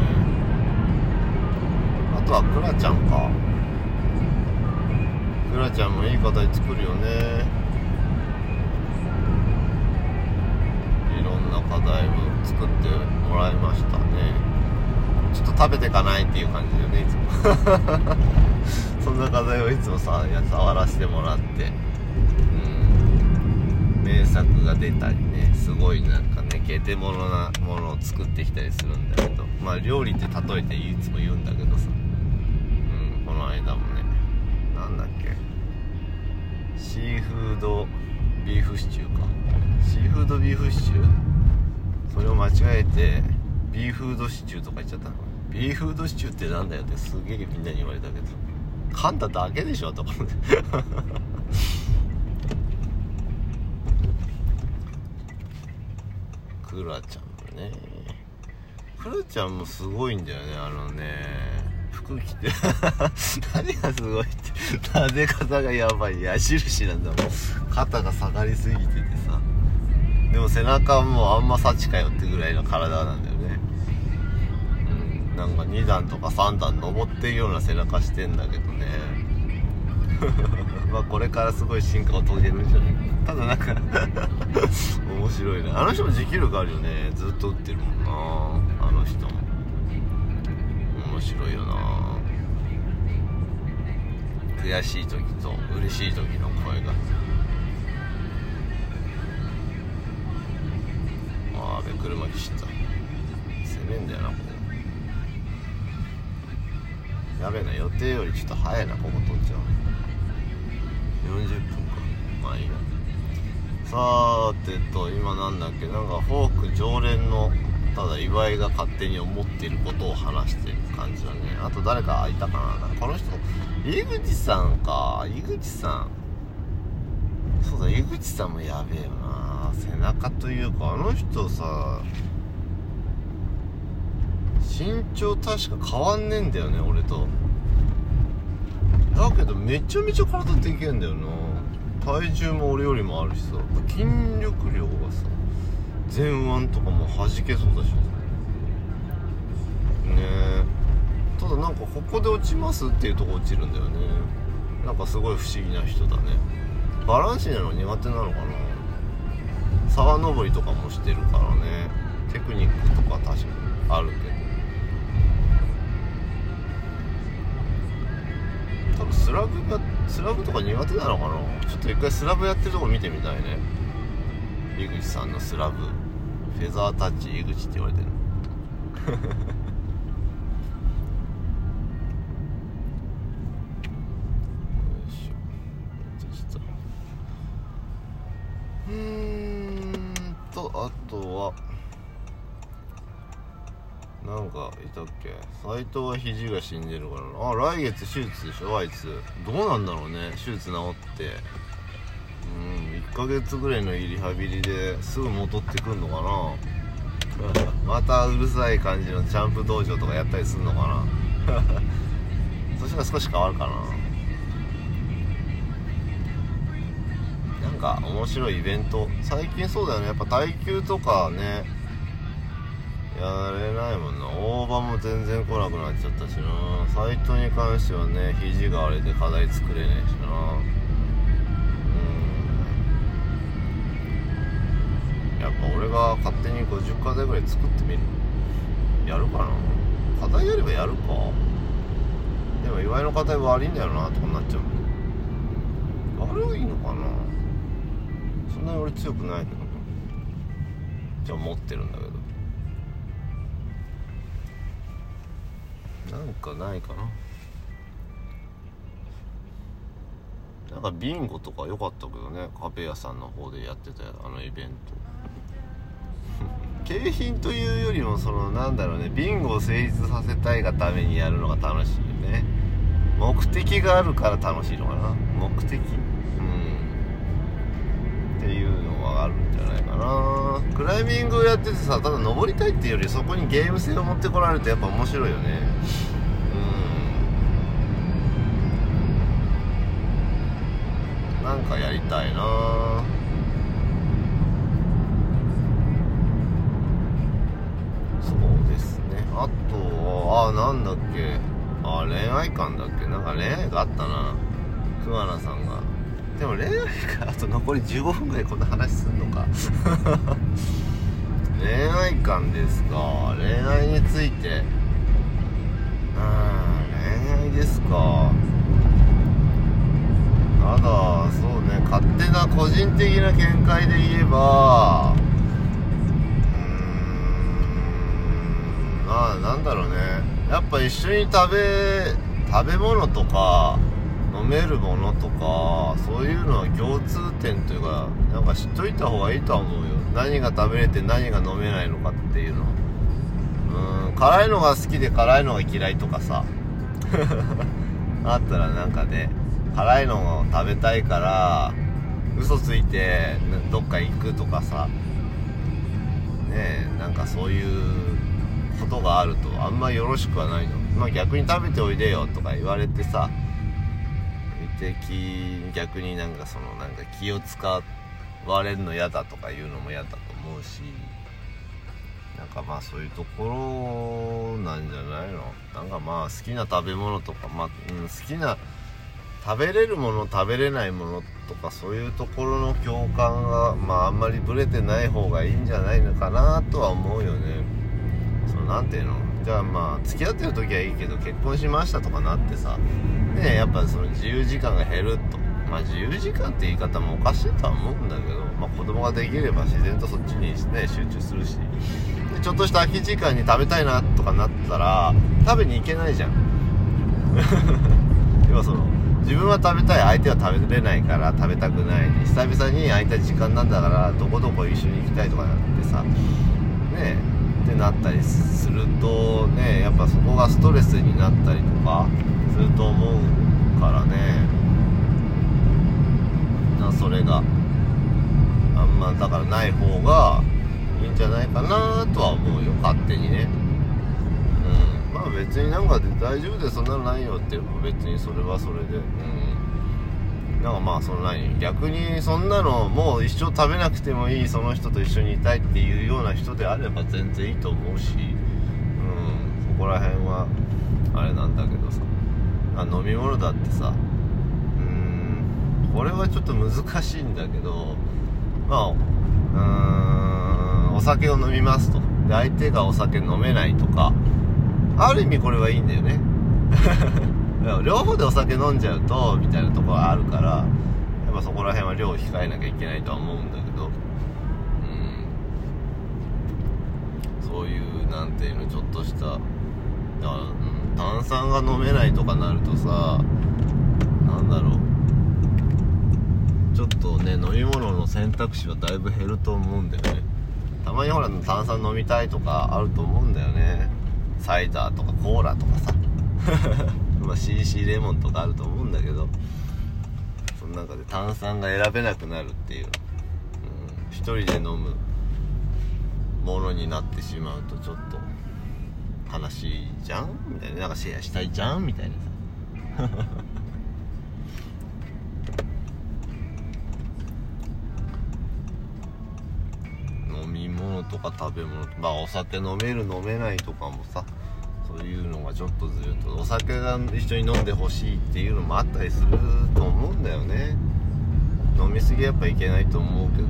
S1: あとはクラちゃんか。クラちゃんもいい形作るよね。いろんな課題を作ってもらいましたね。ちょっと食べてかないっていう感じでね、いつもそんな課題をいつもさや触らせてもらって、うん、名作が出たりね、すごいなんかねゲテモノなものを作ってきたりするんだけど、まあ料理って例えていつも言うんだけどさ、うん、この間もね、なんだっけ、シーフードビーフシチューか。シーフードビーフシチュー、それを間違えてビーフードシチューとか言っちゃったの。ビーフードシチューってなんだよってすげえみんなに言われたけど、噛んだだけでしょとか思ってクラちゃんもね、クラちゃんもすごいんだよね。あのね服着て何がすごいって、なで方がやばい、矢印なんだもん。肩が下がりすぎててさ、でも背中はもうあんま幸かよってぐらいの体なんだよね。うん、なんかに段とかさん段登ってるような背中してんだけどねまあこれからすごい進化を遂げるんじゃないかな。ただなんか面白いね。あの人も持久力あるよね。ずっと打ってるもんな、あの人も。面白いよな。悔しい時と嬉しい時の声が。ああ、べ車来ちゃった。攻めんだよなこれ。 やべえな、予定よりちょっと早いな、ここ撮っちゃう。よんじゅっぷんか。まあいいな。さーてと、今なんだっけ、なんかフォーク常連のただ岩井が勝手に思っていることを話してる感じだね。あと誰かいたかな。この人井口さんか。井口さん、そうだ、井口さんもやべえよな。背中というか、あの人さ、身長確か変わんねえんだよね、俺と。だけどめちゃめちゃ体でけえんだよな。体重も俺よりもあるしさ、筋力量がさ、前腕とかも弾けそうだしねえ。ただなんかここで落ちますっていうとこ落ちるんだよね。なんかすごい不思議な人だね。バランシーなの苦手なのかな。沢登りとかもしてるからね。テクニックとか確かにあるけど、多分スラブがスラブとか苦手なのかな。ちょっと一回スラブやってるとこ見てみたいね。井口さんのスラブ、フェザータッチ井口って言われてるよいしょ。うーんとあとはなんかいたっけ。斎藤は肘が死んでるからな。あ、来月手術でしょあいつ。どうなんだろうね、手術治ってうんいっかげつぐらいのリハビリですぐ戻ってくんのかなまたうるさい感じのジャンプ道場とかやったりすんのかなそしたら少し変わるかな。なんか面白いイベント最近そうだよね。やっぱ耐久とかねやれないもんな。大場も全然来なくなっちゃったしな。斎藤に関してはね、肘があれで課題作れねえしな。うん、やっぱ俺が勝手にごじゅっ課題ぐらい作ってみる。やるかな。課題やればやるか。でも岩井の課題悪いんだよなとかなっちゃう。悪いのかな。そんなに俺強くないけど、じゃあ持ってるんだけど。なんかないかな。なんかビンゴとか良かったけどね。カフェ屋さんの方でやってたあのイベント景品というよりもそのなんだろうね、ビンゴを成立させたいがためにやるのが楽しいよね。目的があるから楽しいのかな。目的うんっていうのはあるんじゃないかな。クライミングをやっててさ、ただ登りたいっていうよりそこにゲーム性を持ってこられるとやっぱ面白いよね。うんなんかやりたいな。そうですね。あとはあなんだっけ、あ恋愛観だっけ。なんか恋愛があったな、桑名さんが。でも恋愛か、あと残りじゅうごふんぐらいこんな話すんのか恋愛観ですか。恋愛について、うん恋愛ですか。ただそうね、勝手な個人的な見解で言えば、うーんまあなんだろうね、やっぱ一緒に食べ食べ物とか飲めるものとかそういうのは共通点というか、なんか知っといた方がいいとは思うよ。何が食べれて何が飲めないのかっていうの。うーん辛いのが好きで辛いのが嫌いとかさあったらなんかね、辛いのを食べたいから嘘ついてどっか行くとかさねえ、なんかそういうことがあるとあんまよろしくはないの。まあ逆に食べておいでよとか言われてさ、逆になんかそのなんか気を使われるの嫌だとかいうのも嫌だと思うし、なんかまあそういうところなんじゃないの。なんかまあ好きな食べ物とか、まあ、うん、好きな食べれるもの食べれないものとかそういうところの共感がまああんまりブレてない方がいいんじゃないのかなとは思うよね。そのなんていうの、じゃあまあ付き合ってる時はいいけど結婚しましたとかなってさね、やっぱその自由時間が減ると、まあ自由時間って言い方もおかしいとは思うんだけど、まあ子供ができれば自然とそっちにね集中するし、でちょっとした空き時間に食べたいなとかなったら食べに行けないじゃん。う要はその自分は食べたい、相手は食べれないから食べたくない、久々に会いたい時間なんだからどこどこ一緒に行きたいとかなってさねえってなったりするとね、やっぱそこがストレスになったりとかすると思うからね。なそれがあんまだからない方がいいんじゃないかなとは思うよ、勝手にね。うん、まあ別になんかで大丈夫でそんなのないよって別にそれはそれで、うん、なんかまあその何逆にそんなのもう一生食べなくてもいい、その人と一緒にいたいっていうような人であれば全然いいと思うし、うん、そこら辺はあれなんだけどさ、あ飲み物だってさ、うーんこれはちょっと難しいんだけど、まあうーんお酒を飲みますと、で相手がお酒飲めないとか、ある意味これはいいんだよね両方でお酒飲んじゃうとみたいなところはあるから、やっぱそこら辺は量を控えなきゃいけないとは思うんだけど、うんそういうなんていうのちょっとしただから、うん、炭酸が飲めないとかなるとさ、なんだろう、ちょっとね飲み物の選択肢はだいぶ減ると思うんだよね。たまにほら炭酸飲みたいとかあると思うんだよね。サイダーとかコーラとかさまあ シーシー レモンとかあると思うんだけど、その中で炭酸が選べなくなるっていう、うん、一人で飲むものになってしまうとちょっと悲しいじゃんみたいな、なんかシェアしたいじゃんみたいなさ飲み物とか食べ物、まあお酒飲める飲めないとかもさ、そういうのがちょっとずるとお酒が一緒に飲んでほしいっていうのもあったりすると思うんだよね。飲みすぎやっぱいけないと思うけど、うん、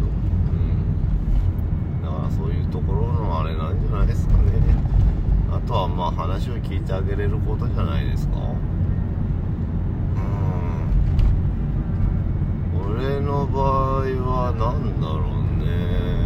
S1: だからそういうところのあれなんじゃないですかね。あとはまあ話を聞いてあげれることじゃないですか。うん、俺の場合はなんだろうね、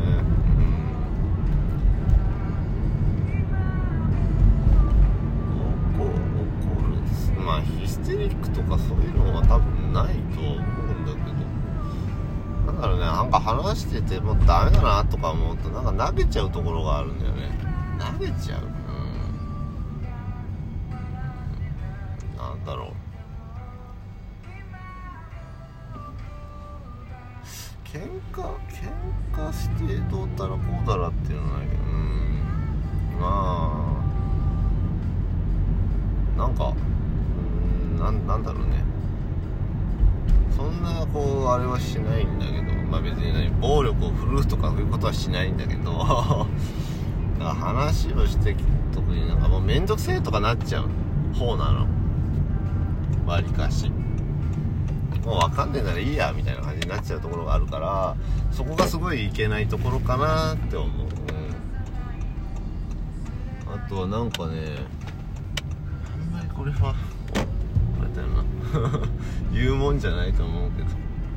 S1: まあヒステリックとかそういうのは多分ないと思うんだけど、なんだろうね、なんか話しててもうダメだなとか思うとなんか投げちゃうところがあるんだよね。投げちゃう、うん、なんだろう、喧嘩喧嘩してどうたらこうだらっていうのはないけど、うん、まあなんかな, なんだろうね、そんなこうあれはしないんだけど、まあ別に何暴力を振るうとかそういうことはしないんだけどだから話をして特になんかもうめんどくせえとかなっちゃう方なの、わりかしもう分かんねえならいいやみたいな感じになっちゃうところがあるから、そこがすごいいけないところかなって思う、うん、あとはなんかね、あんまりこれはだよな言うもんじゃないと思うけど、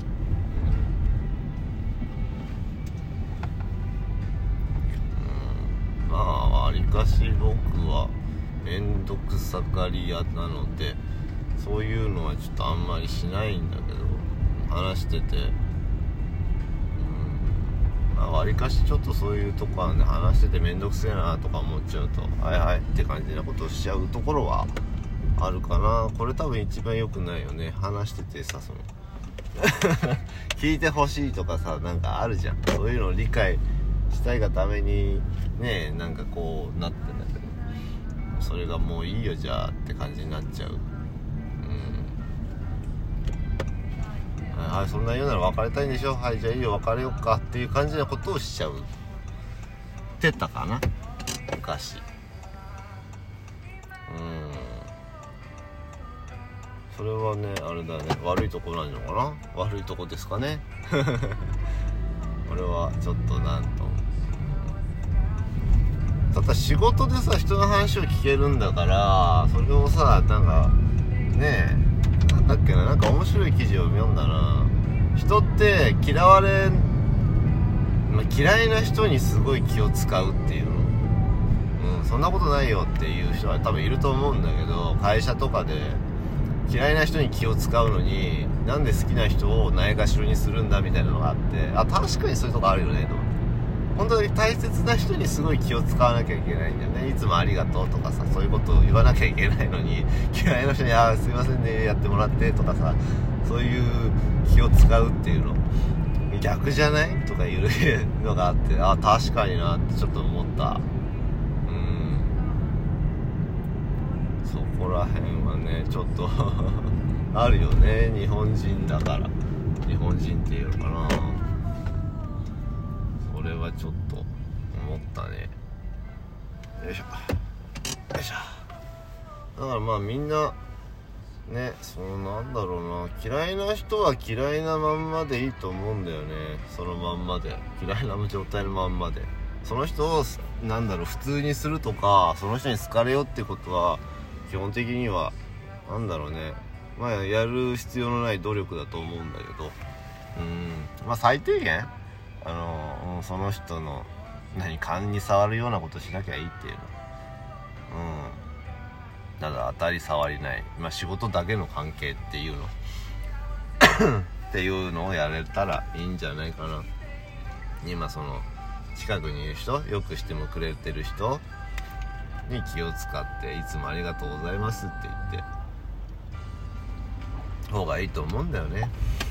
S1: うん、まあわりかし僕はめんどくさがり屋なのでそういうのはちょっとあんまりしないんだけど、話してて、うん、まあわりかしちょっとそういうとこはね、話しててめんどくせえなとか思っちゃうとはいはいって感じなことをしちゃうところはあるかな。これ多分一番良くないよね。話しててさ、その聞いてほしいとかさ、なんかあるじゃん。そういうのを理解したいがためにね、なんかこうなってんだけど、それがもういいよじゃあって感じになっちゃう。うん。はい、そんな言うなら別れたいんでしょ。はい、じゃあいいよ別れようかっていう感じなことをしちゃうってたかな、昔。うん。それはね、あれだね、悪いとこなんのかな、悪いとこですかね俺はちょっとなんと、ただ仕事でさ人の話を聞けるんだから、それをさなんかねえ、なんだっけな、なんか面白い記事を読んだな。人って嫌われ、まあ、嫌いな人にすごい気を使うっていうの、ううん、そんなことないよっていう人は多分いると思うんだけど、会社とかで嫌いな人に気を使うのになんで好きな人をないがしろにするんだみたいなのがあって、あ、確かにそういうとこあるよねと思って。本当に大切な人にすごい気を使わなきゃいけないんだよね。いつもありがとうとかさ、そういうことを言わなきゃいけないのに、嫌いな人にあ、すいませんねやってもらってとかさ、そういう気を使うっていうの逆じゃないとか言うのがあって、あ、確かになってちょっと思った。うん、そこら辺はねちょっとあるよね、日本人だから。日本人っていうのかな、それはちょっと思ったね。よいしょよいしょ。だからまあみんなね、そのなんだろうな、嫌いな人は嫌いなまんまでいいと思うんだよね。そのまんまで、嫌いな状態のまんまで、その人をなんだろう普通にするとか、その人に好かれようってことは基本的にはなんだろうね、まあやる必要のない努力だと思うんだけど、うん、まあ最低限あの、うん、その人の何勘に触るようなことしなきゃいいっていうの、うん、ただ当たり障りない、まあ、仕事だけの関係っていうのっていうのをやれたらいいんじゃないかな。今その近くにいる人、よくしてもくれてる人に気を使っていつもありがとうございますって言って方がいいと思うんだよね。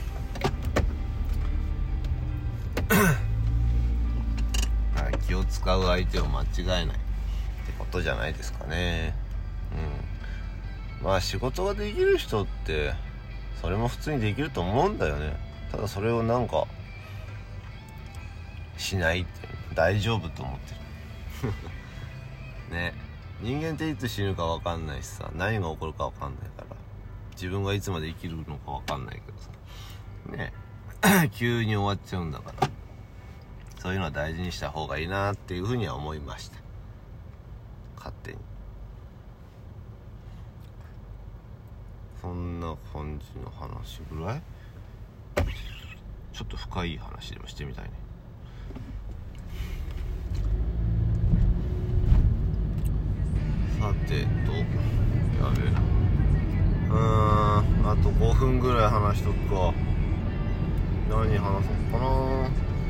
S1: 気を使う相手を間違えないってことじゃないですかね。うん、まあ仕事ができる人ってそれも普通にできると思うんだよね。ただそれをなんかしないって大丈夫と思ってるね。人間っていつ死ぬか分かんないしさ、何が起こるか分かんないから、自分がいつまで生きるのか分かんないけどさね急に終わっちゃうんだから、そういうのは大事にした方がいいなっていうふうには思いました、勝手に。そんな感じの話ぐらい、ちょっと深い話でもしてみたいね。さてと、やべえな、うーん、あとごふんぐらい話しとくか。何話そうかな。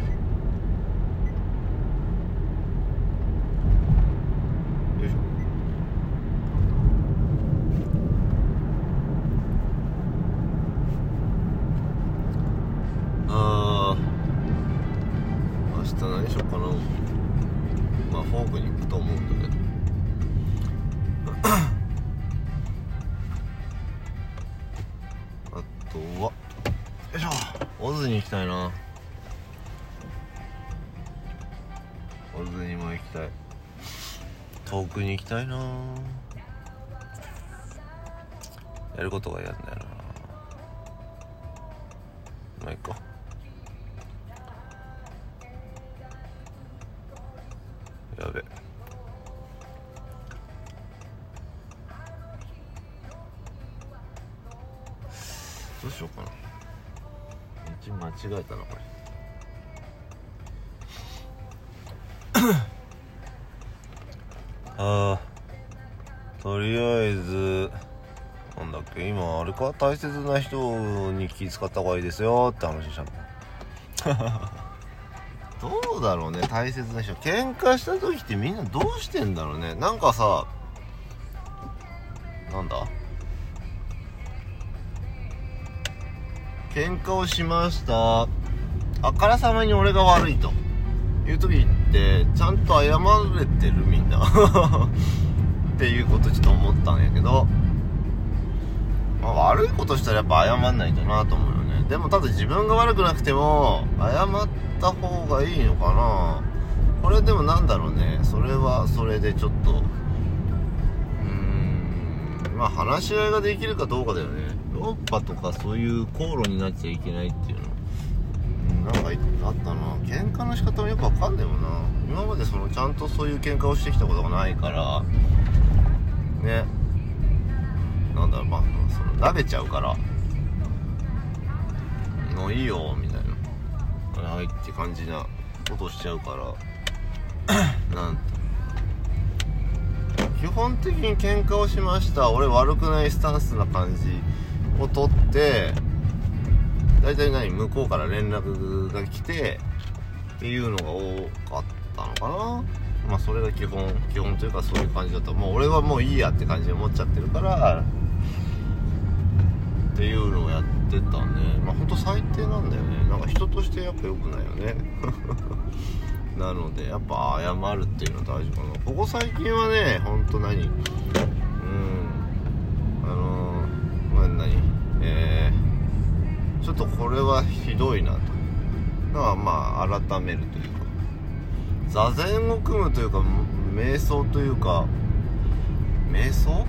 S1: 何しようかな。まあフォークに行くと思うんだけどあとはよいしょ、オズに行きたいな。オズにも行きたい。遠くに行きたいな。やることが嫌なんだよな。まあいいか。やべ、どうしようかな。道間違えたなこれあー、とりあえずなんだっけ、今あれか、大切な人に気遣った方がいいですよって話したのどうだろうね、大切な人。喧嘩した時ってみんなどうしてんだろうね。なんかさ、なんだ、喧嘩をしました、あからさまに俺が悪いという時ってちゃんと謝れてるみんなっていうことちょっと思ったんやけど、まあ、悪いことしたらやっぱ謝んないとなと思うよね。でもただ自分が悪くなくても謝った方がいいのかな。これでもなんだろうね、それはそれでちょっとうーん、まあ話し合いができるかどうかだよね。論破とかそういう口論になっちゃいけないっていうの、うん、なんかあったな。喧嘩の仕方もよくわかんないもんな。今までそのちゃんとそういう喧嘩をしてきたことがないからね。なんだろう、まあその投げちゃうからもういいよみたいな、はいって感じなことしちゃうからなん基本的に喧嘩をしました、俺悪くないスタンスな感じを取って、だいたい何向こうから連絡が来てっていうのが多かったのかな。まあそれが基本基本というかそういう感じだった。もう俺はもういいやって感じで思っちゃってるからっていうのをやってたね。まあほんと最低なんだよね。なんか人としてやっぱ良くないよねなのでやっぱ謝るっていうのは大事かな。ここ最近はねほんと何うんあのー、まあ何えー、ちょっとこれはひどいなと。だからまあ改めるというか座禅を組むというか瞑想というか瞑想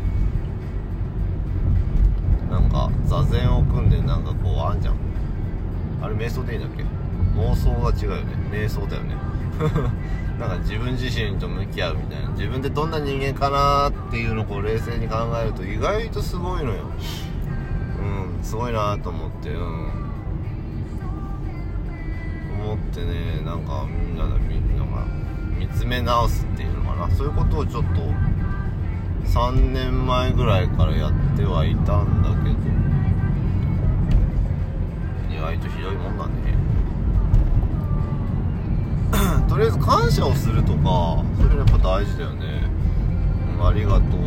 S1: なんか座禅を組んでなんかこうあんじゃん、あれ瞑想でいいんだっけ。妄想が違うよね、瞑想だよねなんか自分自身と向き合うみたいな、自分でどんな人間かなっていうのをこう冷静に考えると意外とすごいのよ。うんすごいなと思って、うん思ってね、なんかみんなでみんなが見つめ直すっていうのかな、そういうことをちょっとさんねんまえぐらいからやってはいたんだけど、意外とひどいもんだねとりあえず感謝をするとか、それやっぱ大事だよね、うん、ありがとうとか、うん、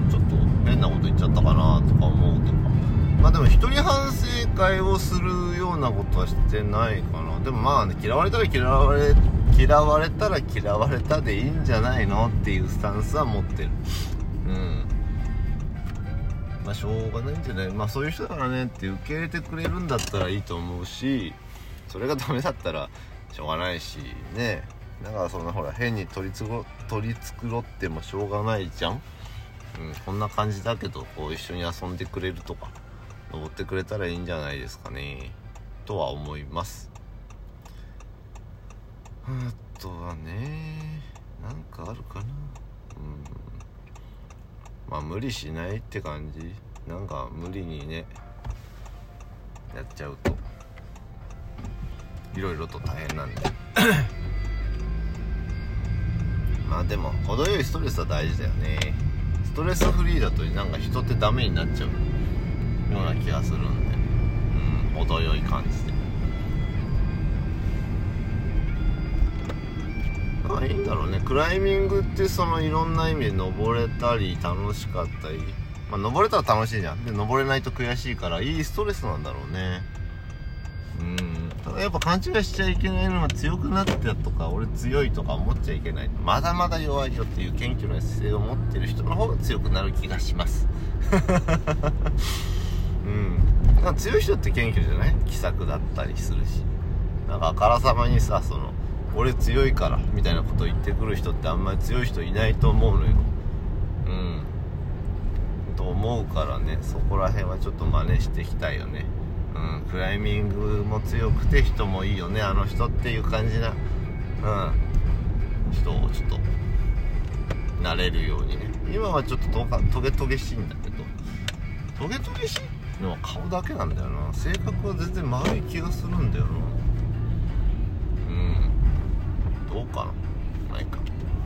S1: ちょっと変なこと言っちゃったかなとか思うとか、まあでも一人反省会をするようなことはしてないかな。でもまあ、ね、嫌われたら嫌われ嫌われたら嫌われたでいいんじゃないのっていうスタンスは持ってる。うんまあしょうがないんじゃない、まあそういう人だからねって受け入れてくれるんだったらいいと思うし、それがダメだったらしょうがないしね。だからそんなほら変に取りつご取り繕ってもしょうがないじゃん、うん、こんな感じだけどこう一緒に遊んでくれるとか登ってくれたらいいんじゃないですかねとは思います。あとはねなんかあるかな、うんまあ無理しないって感じ。なんか無理にねやっちゃうといろいろと大変なんでまあでも程よいストレスは大事だよね。ストレスフリーだとなんか人ってダメになっちゃうような気がするんで、うん、程よい感じでまあいいんだろうね。クライミングってそのいろんな意味で登れたり楽しかったり、まあ登れたら楽しいじゃん。で登れないと悔しいからいいストレスなんだろうね。うんただやっぱ勘違いしちゃいけないのは強くなってとか俺強いとか思っちゃいけない。まだまだ弱いよっていう謙虚な姿勢を持ってる人の方が強くなる気がしますうんなんか強い人って謙虚じゃない？気さくだったりするし、なんかあからさまにさその俺強いからみたいなこと言ってくる人ってあんまり強い人いないと思うのよ。うんと思うからね、そこら辺はちょっと真似していきたいよね。うんクライミングも強くて人もいいよねあの人っていう感じなうん人をちょっとなれるようにね。今はちょっとトガトゲトゲしいんだけど、トゲトゲしいのは顔だけなんだよな。性格は全然丸い気がするんだよな。うんどうかな、ないか。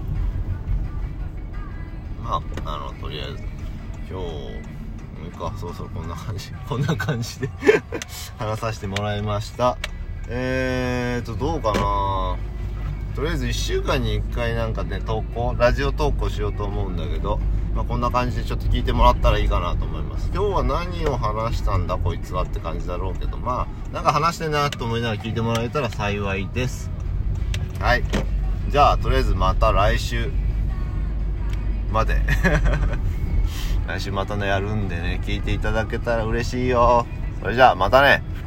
S1: まああのとりあえず今日もうかそうそうこんな感じこんな感じで話させてもらいました。えーとどうかな、とりあえずいっしゅうかんにいっかいなんかね投稿ラジオ投稿しようと思うんだけど、まあ、こんな感じでちょっと聞いてもらったらいいかなと思います。今日は何を話したんだこいつはって感じだろうけど、まあなんか話してんなと思いながら聞いてもらえたら幸いです。はいじゃあとりあえずまた来週まで来週またねやるんでね聞いていただけたら嬉しいよ。それじゃあまたね。